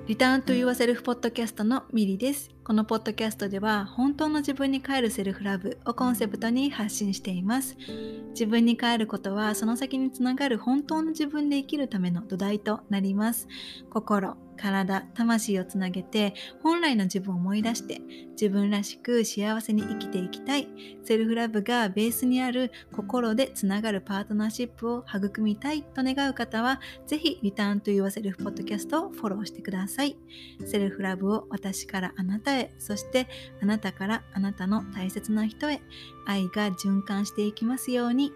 リターントゥユアセルフポッドキャストのミリです。このポッドキャストでは本当の自分に帰るセルフラブをコンセプトに発信しています。自分に帰ることはその先につながる本当の自分で生きるための土台となります。心、体、魂をつなげて本来の自分を思い出して自分らしく幸せに生きていきたい。セルフラブがベースにある心でつながるパートナーシップを育みたいと願う方はぜひリターントゥユアセルフポッドキャストをフォローしてください。セルフラブを私からあなたへ、そしてあなたからあなたの大切な人へ、愛が循環していきますように。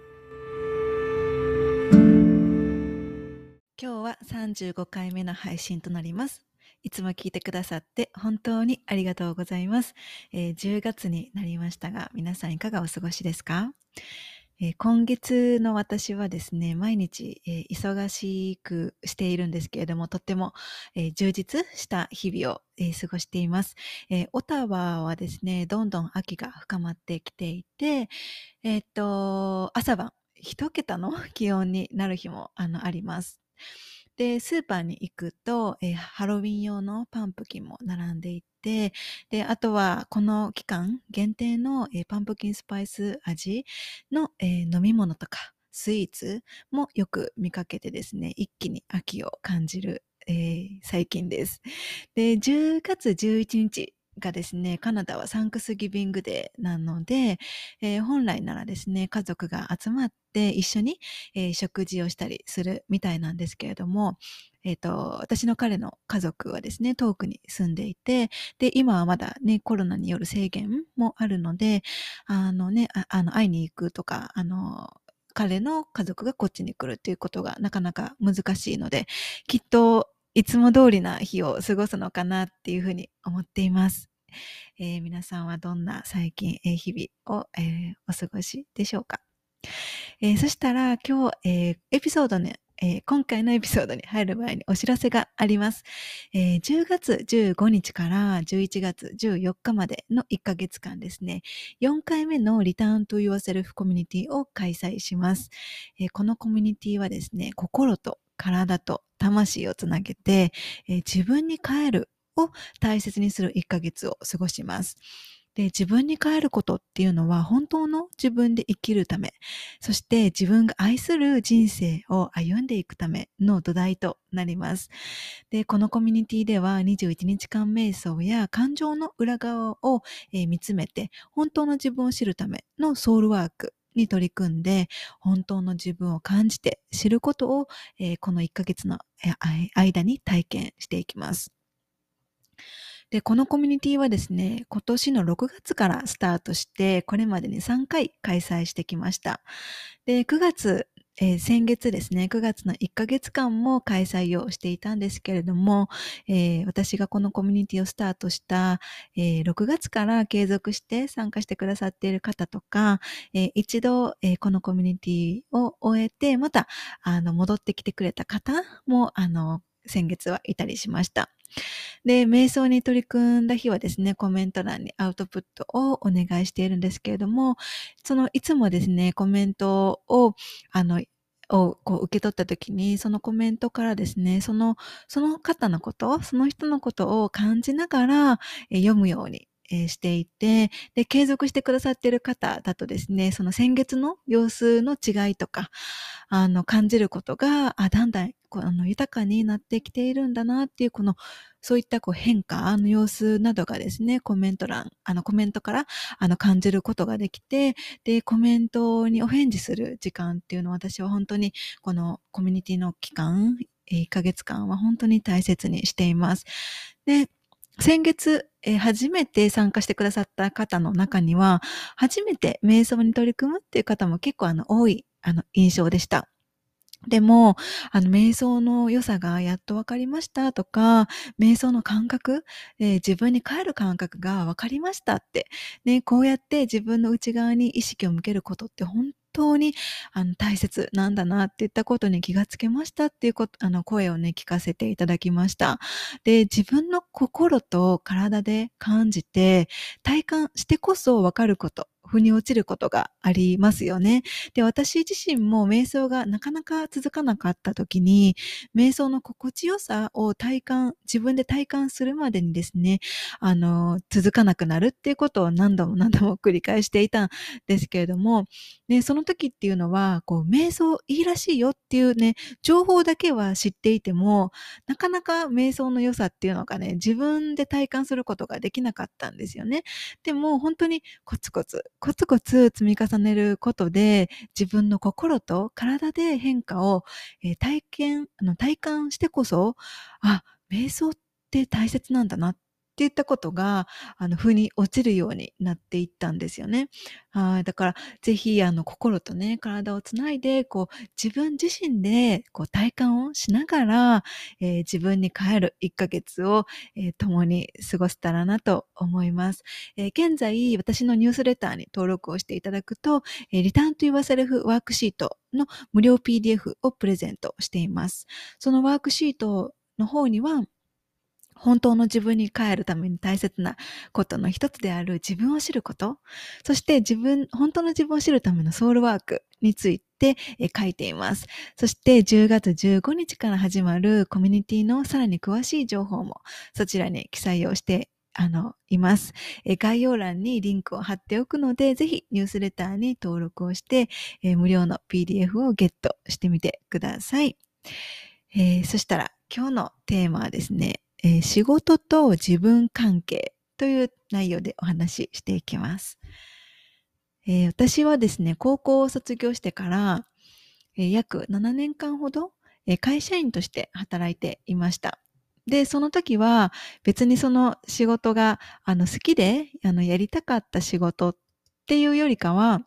今日は35回目の配信となります。いつも聞いてくださって本当にありがとうございます。10月になりましたが、皆さんいかがお過ごしですか？今月の私はですね、毎日、忙しくしているんですけれども、とっても、充実した日々を、過ごしています。オタワはですね、どんどん秋が深まってきていて、朝晩一桁の気温になる日もあります。で、スーパーに行くと、ハロウィン用のパンプキンも並んでいて、で、あとはこの期間限定の、パンプキンスパイス味の、飲み物とかスイーツもよく見かけてですね、一気に秋を感じる、最近です。で、10月11日がですね、カナダはサンクスギビングデーなので、本来ならですね、家族が集まって一緒に、食事をしたりするみたいなんですけれども、私の彼の家族はですね、遠くに住んでいて、で、今はまだね、コロナによる制限もあるので、会いに行くとか、彼の家族がこっちに来るっていうことがなかなか難しいので、きっといつも通りな日を過ごすのかなっていうふうに思っています。皆さんはどんな最近、日々を、お過ごしでしょうか？そしたら今日、今回のエピソードに入る前にお知らせがあります。10月15日から11月14日までの1ヶ月間ですね、4回目のリターントゥユアセルフコミュニティを開催します。このコミュニティはですね、心と体と魂をつなげて、自分に帰るを大切にする1ヶ月を過ごします。で、自分に帰ることっていうのは本当の自分で生きるため、そして自分が愛する人生を歩んでいくための土台となります。で、このコミュニティでは21日間瞑想や感情の裏側を、見つめて本当の自分を知るためのソウルワークに取り組んで本当の自分を感じて知ることを、この1ヶ月の間に体験していきます。で、このコミュニティはですね、今年の6月からスタートして、これまでに3回開催してきました。で、先月ですね、9月の1ヶ月間も開催をしていたんですけれども、私がこのコミュニティをスタートした、6月から継続して参加してくださっている方とか、一度、このコミュニティを終えて、また、戻ってきてくれた方も、先月はいたりしました。で、瞑想に取り組んだ日はですね、コメント欄にアウトプットをお願いしているんですけれども、いつもですね、コメントを、こう受け取った時に、そのコメントからですね、その方のこと、その人のことを感じながら、読むように、していて、で、継続してくださっている方だとですね、その先月の様子の違いとか、感じることが、だんだん、豊かになってきているんだなっていう、そういった変化の様子などがですね、コメントから、感じることができて、で、コメントにお返事する時間っていうのは私は本当に、このコミュニティの期間、1ヶ月間は本当に大切にしています。で、先月、初めて参加してくださった方の中には、初めて瞑想に取り組むっていう方も結構多い、印象でした。でも、瞑想の良さがやっと分かりましたとか、瞑想の感覚、自分に帰る感覚が分かりましたって、ね、こうやって自分の内側に意識を向けることって本当に大切なんだなっていったことに気がつけましたっていう声をね、聞かせていただきました。で、自分の心と体で感じて、体感してこそ分かること、 腑に落ちることがありますよね。で、私自身も瞑想がなかなか続かなかった時に、瞑想の心地よさを自分で体感するまでにですね、続かなくなるっていうことを何度も何度も繰り返していたんですけれども、ね、その時っていうのは、瞑想いいらしいよっていうね、情報だけは知っていても、なかなか瞑想の良さっていうのがね、自分で体感することができなかったんですよね。でも本当にコツコツ、コツコツ積み重ねることで、自分の心と体で変化を、体感してこそ、あ、瞑想って大切なんだなっていったことが、腑に落ちるようになっていったんですよね。はい。だから、ぜひ、心とね、体をつないで、自分自身で、体感をしながら、自分に帰る1ヶ月を、共に過ごせたらなと思います。現在、私のニュースレターに登録をしていただくと、リターントゥ Yourself ワークシートの無料 PDF をプレゼントしています。そのワークシートの方には、本当の自分に帰るために大切なことの一つである自分を知ること、そして本当の自分を知るためのソウルワークについて書いています。そして10月15日から始まるコミュニティのさらに詳しい情報もそちらに記載をしています。概要欄にリンクを貼っておくので、ぜひニュースレターに登録をして、無料の PDF をゲットしてみてください。そしたら今日のテーマはですね、仕事と自分関係という内容でお話ししていきます。私はですね、高校を卒業してから、約7年間ほど、会社員として働いていました。で、その時は別にその仕事が好きでやりたかった仕事っていうよりかは、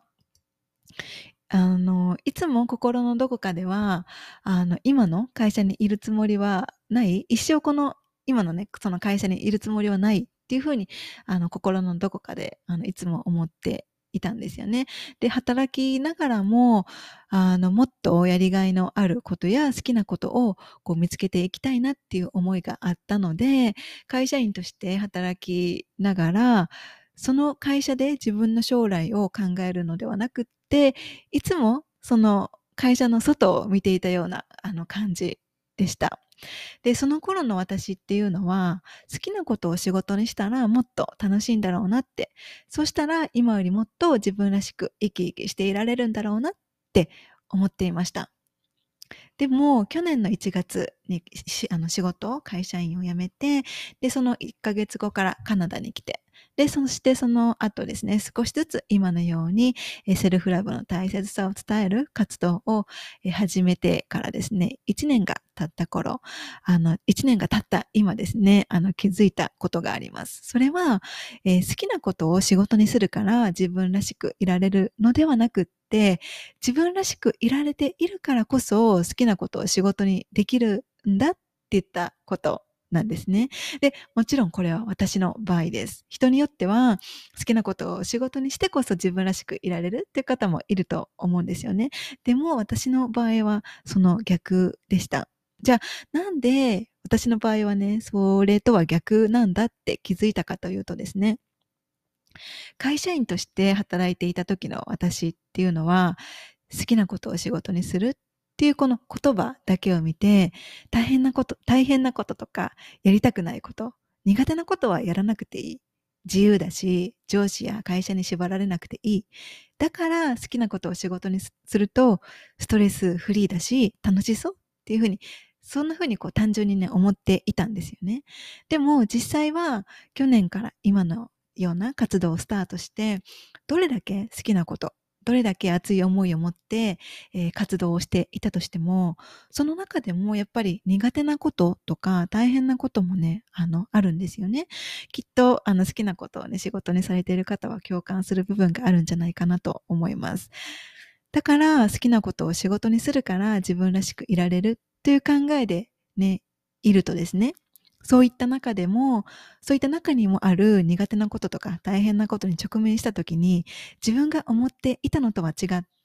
いつも心のどこかでは、今の会社にいるつもりはない、一生今のね、その会社にいるつもりはないっていうふうに、心のどこかで、いつも思っていたんですよね。で、働きながらも、もっとやりがいのあることや好きなことを見つけていきたいなっていう思いがあったので、会社員として働きながら、その会社で自分の将来を考えるのではなくって、いつもその会社の外を見ていたような感じでした。で、その頃の私っていうのは、好きなことを仕事にしたらもっと楽しいんだろうなって、そしたら今よりもっと自分らしく生き生きしていられるんだろうなって思っていました。でも、去年の1月に仕事を、会社員を辞めて、で、その1ヶ月後からカナダに来て、で、そしてその後ですね、少しずつ今のように、セルフラブの大切さを伝える活動を始めてからですね、1年が経った頃、1年が経った今ですね、気づいたことがあります。それは、好きなことを仕事にするから自分らしくいられるのではなくって、自分らしくいられているからこそ好きなことを仕事にできるんだって言ったことなんですね。で、もちろんこれは私の場合です。人によっては好きなことを仕事にしてこそ自分らしくいられるっていう方もいると思うんですよね。でも私の場合はその逆でした。じゃあなんで私の場合はね、それとは逆なんだって気づいたかというとですね、会社員として働いていた時の私っていうのは、好きなことを仕事にするっていうこの言葉だけを見て、大変なこととか、やりたくないこと、苦手なことはやらなくていい。自由だし、上司や会社に縛られなくていい。だから好きなことを仕事にすると、ストレスフリーだし、楽しそうっていうふうに、そんなふうに単純にね、思っていたんですよね。でも実際は去年から今のような活動をスタートして、どれだけ好きなこと、どれだけ熱い思いを持って、活動をしていたとしても、その中でもやっぱり苦手なこととか大変なこともね、あるんですよね。きっと、好きなことをね、仕事にされている方は共感する部分があるんじゃないかなと思います。だから、好きなことを仕事にするから自分らしくいられるという考えでね、いるとですね、そういった中でも、そういった中にもある苦手なこととか大変なことに直面したときに、自分が思っていたのとは違って、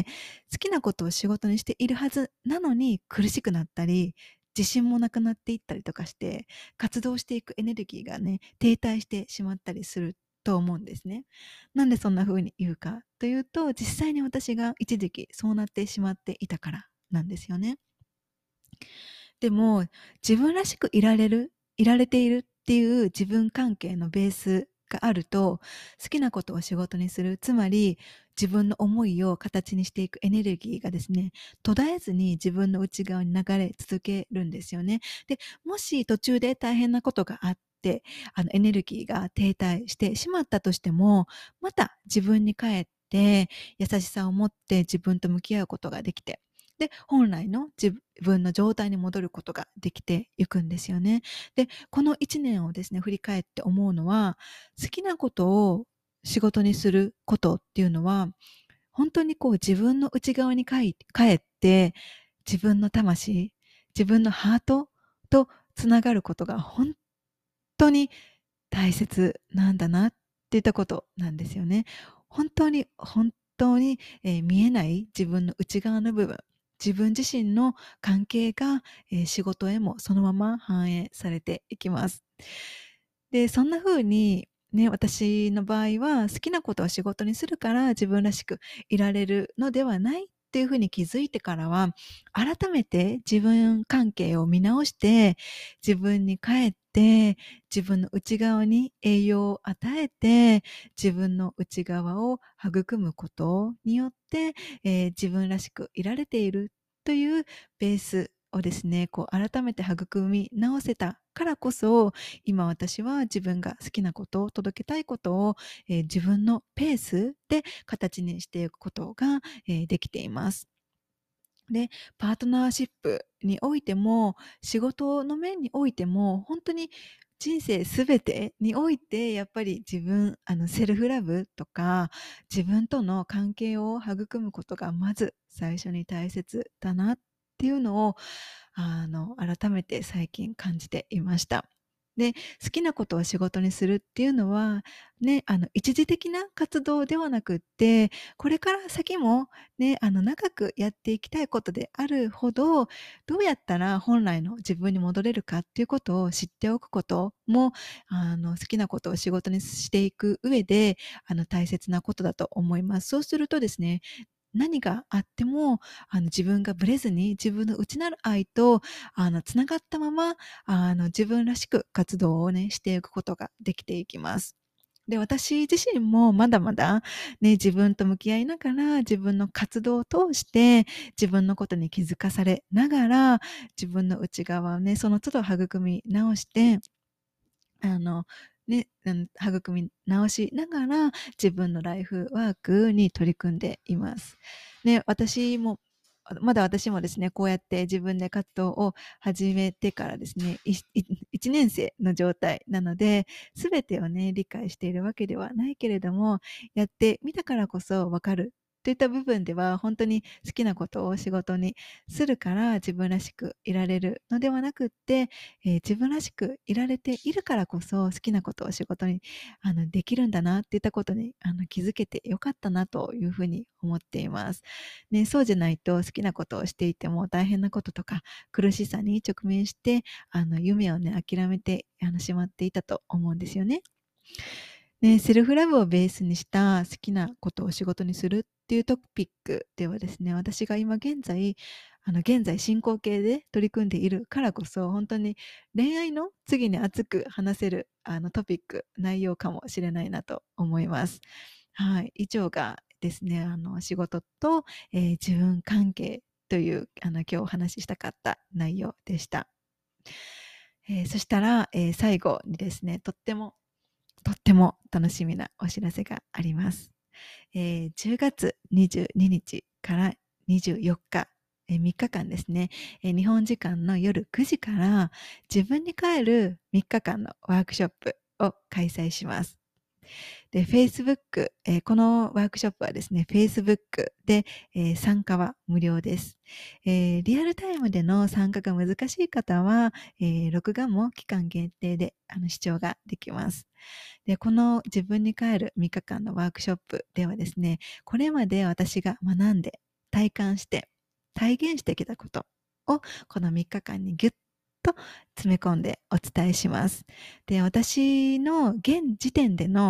好きなことを仕事にしているはずなのに苦しくなったり、自信もなくなっていったりとかして、活動していくエネルギーがね、停滞してしまったりすると思うんですね。なんでそんな風に言うかというと、実際に私が一時期そうなってしまっていたからなんですよね。でも、自分らしくいられているっていう自分関係のベースがあると、好きなことを仕事にする、つまり自分の思いを形にしていくエネルギーがですね、途絶えずに自分の内側に流れ続けるんですよね。で、もし途中で大変なことがあって、エネルギーが停滞してしまったとしても、また自分に帰って、優しさを持って自分と向き合うことができて、で、本来の自分の状態に戻ることができていくんですよね。で、この1年をですね、振り返って思うのは、好きなことを仕事にすることっていうのは、本当にこう自分の内側に帰って、自分の魂、自分のハートとつながることが本当に大切なんだなっていったことなんですよね。本当に、見えない自分の内側の部分、自分自身の関係が、仕事へもそのまま反映されていきます。で、そんな風にね、私の場合は好きなことを仕事にするから自分らしくいられるのではないっていう風に気づいてからは、改めて自分関係を見直して、自分に帰って、自分の内側に栄養を与えて、自分の内側を育むことによって、自分らしくいられているというベースをですね、こう改めて育み直せたからこそ、今私は自分が好きなことを届けたいことを、自分のペースで形にしていくことが、できています。で、パートナーシップにおいても、仕事の面においても、本当に人生すべてにおいて、やっぱり自分、セルフラブとか、自分との関係を育むことがまず最初に大切だなっていうのを、改めて最近感じていました。で、好きなことを仕事にするっていうのは、ね、一時的な活動ではなくって、これから先もね、長くやっていきたいことであるほど、どうやったら本来の自分に戻れるかっていうことを知っておくことも、好きなことを仕事にしていく上で、大切なことだと思います。そうするとですね、何があっても、自分がブレずに、自分の内なる愛と、つながったまま、自分らしく活動をね、していくことができていきます。で、私自身もまだまだね、自分と向き合いながら、自分の活動を通して、自分のことに気づかされながら、自分の内側をね、その都度育み直してあの、育み直しながら、自分のライフワークに取り組んでいます。ね、まだ私もですね、こうやって自分で活動を始めてからですね、1年生の状態なので、すべてをね、理解しているわけではないけれども、やってみたからこそわかるといった部分では、本当に好きなことを仕事にするから自分らしくいられるのではなくって、自分らしくいられているからこそ、好きなことを仕事に、できるんだなっていったことに、気づけてよかったなというふうに思っています。ね、そうじゃないと好きなことをしていても大変なこととか、苦しさに直面して、夢をね、諦めて、しまっていたと思うんですよね。ね、セルフラブをベースにした好きなことを仕事にするっていうトピックではですね、私が今現在進行形で取り組んでいるからこそ、本当に恋愛の次に熱く話せるトピック、内容かもしれないなと思います。はい。以上がですね、仕事と、自分関係という、今日お話ししたかった内容でした。そしたら、最後にですね、とっても楽しみなお知らせがあります。10月22日から24日、3日間ですね、日本時間の夜9時から自分に帰る3日間のワークショップを開催します。で、Facebook、このワークショップはですね、Facebook で、参加は無料です。リアルタイムでの参加が難しい方は、録画も期間限定で視聴ができます。で、この自分に帰る3日間のワークショップではですね、これまで私が学んで、体感して、体現してきたことをこの3日間にギュッと詰め込んでお伝えします。で、私の現時点での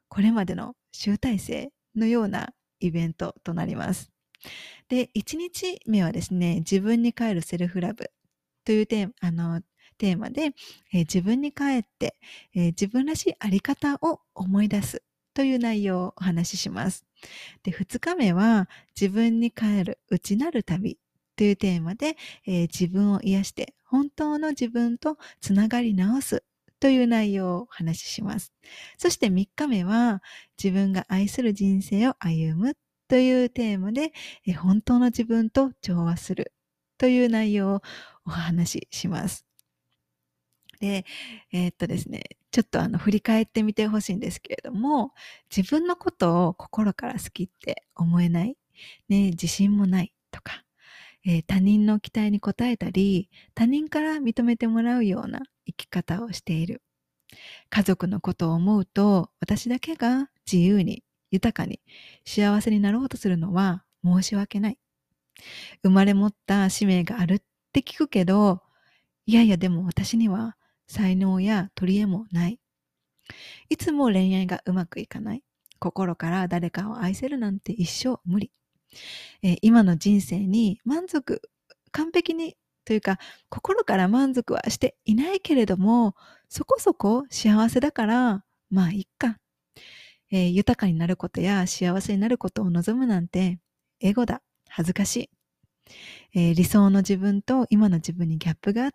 これまでの集大成のようなイベントとなります。で、1日目はですね、自分に帰るセルフラブというテーマで、自分に帰って、自分らしいあり方を思い出すという内容をお話しします。で、2日目は自分に帰る内なる旅というテーマで、自分を癒して本当の自分とつながり直すという内容をお話しします。そして3日目は自分が愛する人生を歩むというテーマで、本当の自分と調和するという内容をお話しします。で、ですね、ちょっと振り返ってみてほしいんですけれども、自分のことを心から好きって思えない、ね、自信もないとか、他人の期待に応えたり、他人から認めてもらうような生き方をしている。家族のことを思うと、私だけが自由に、豊かに、幸せになろうとするのは申し訳ない。生まれ持った使命があるって聞くけど、いやいやでも私には才能や取り柄もない。いつも恋愛がうまくいかない。心から誰かを愛せるなんて一生無理。今の人生に完璧にというか、心から満足はしていないけれども、そこそこ幸せだから、まあいっか。豊かになることや幸せになることを望むなんて、エゴだ。恥ずかしい。理想の自分と今の自分にギャップがあって、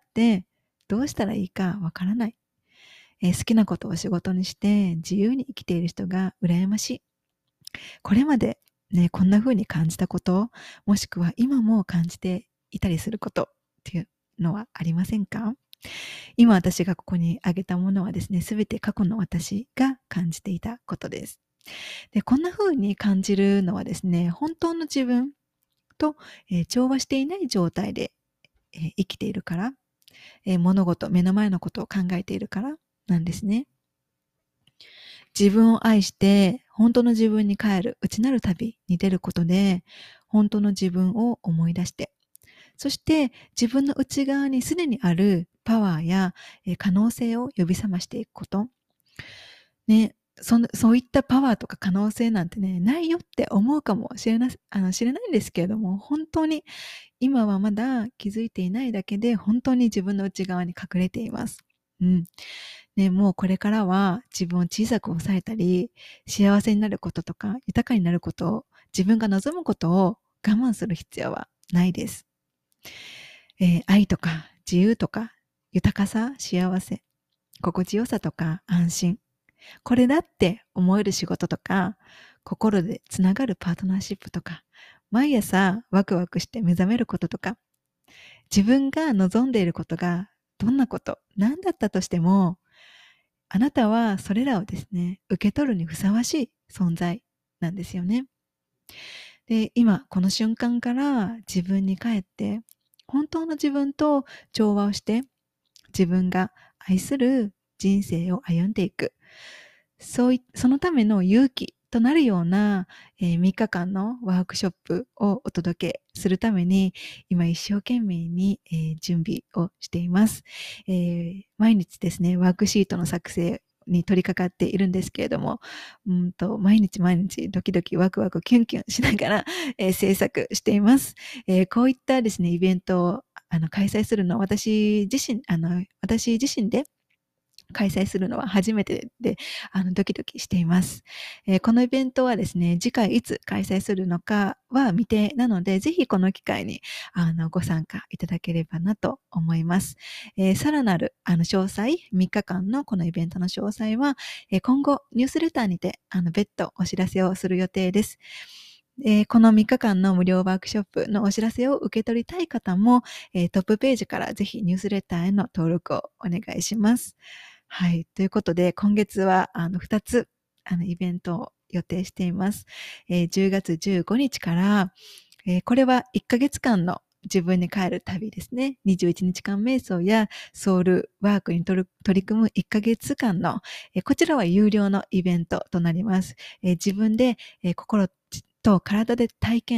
どうしたらいいかわからない。好きなことを仕事にして自由に生きている人が羨ましい。これまでね、こんな風に感じたこと、もしくは今も感じていたりすることっていうのはありませんか？今私がここに挙げたものはですね、すべて過去の私が感じていたことです。で、こんな風に感じるのはですね、本当の自分と、調和していない状態で、生きているから、物事、目の前のことを考えているからなんですね。自分を愛して本当の自分に帰る内なる旅に出ることで、本当の自分を思い出して、そして自分の内側にすでにあるパワーや可能性を呼び覚ましていくこと。ね、そういったパワーとか可能性なんてね、ないよって思うかもしれないんですけれども、本当に今はまだ気づいていないだけで、本当に自分の内側に隠れています。うん。ね、もうこれからは自分を小さく抑えたり、幸せになることとか、豊かになることを、自分が望むことを我慢する必要はないです。愛とか自由とか、豊かさ、幸せ、心地よさとか安心。これだって思える仕事とか、心でつながるパートナーシップとか、毎朝ワクワクして目覚めることとか、自分が望んでいることがどんなこと、何だったとしても、あなたはそれらをですね、受け取るにふさわしい存在なんですよね。で、今、この瞬間から自分に帰って、本当の自分と調和をして、自分が愛する人生を歩んでいく。そのための勇気となるような、3日間のワークショップをお届けするために、今一生懸命に、準備をしています。毎日ですね、ワークシートの作成に取り掛かっているんですけれども、毎日毎日ドキドキワクワクキュンキュンしながら、制作しています。こういったですね、イベントを開催するのは私自身で開催するのは初めてで、ドキドキしています。このイベントはですね、次回いつ開催するのかは未定なので、ぜひこの機会に、ご参加いただければなと思います。さらなる、詳細、3日間のこのイベントの詳細は、今後、ニュースレターにて、別途お知らせをする予定です。この3日間の無料ワークショップのお知らせを受け取りたい方も、トップページからぜひニュースレターへの登録をお願いします。はい。ということで、今月は、2つ、イベントを予定しています。10月15日から、これは1ヶ月間の自分に帰る旅ですね。21日間瞑想やソウルワークに取り組む1ヶ月間の、こちらは有料のイベントとなります。自分で、心と体で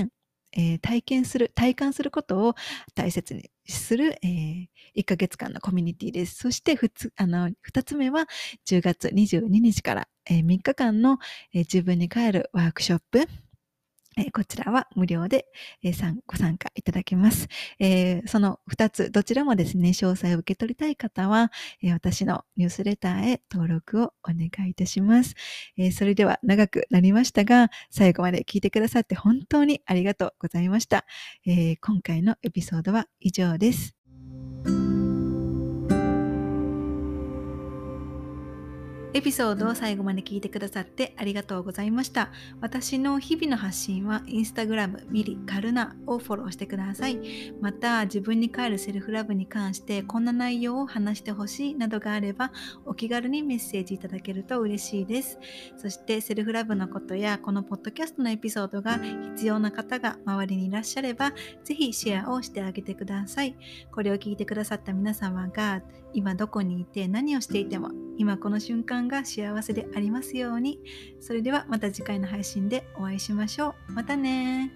体感することを大切にする、1ヶ月間のコミュニティです。そして2つ目は10月22日から 3日間の、自分に帰るワークショップ、こちらは無料で、ご参加いただけます。その2つ、どちらもですね、詳細を受け取りたい方は、私のニュースレターへ登録をお願いいたします。それでは長くなりましたが、最後まで聞いてくださって本当にありがとうございました。今回のエピソードは以上です。エピソードを最後まで聞いてくださってありがとうございました。私の日々の発信はインスタグラムミリカルナをフォローしてください。また自分に帰るセルフラブに関してこんな内容を話してほしいなどがあればお気軽にメッセージいただけると嬉しいです。そしてセルフラブのことやこのポッドキャストのエピソードが必要な方が周りにいらっしゃればぜひシェアをしてあげてください。これを聞いてくださった皆様が今どこにいて何をしていても今この瞬間が幸せでありますように。それではまた次回の配信でお会いしましょう。またね。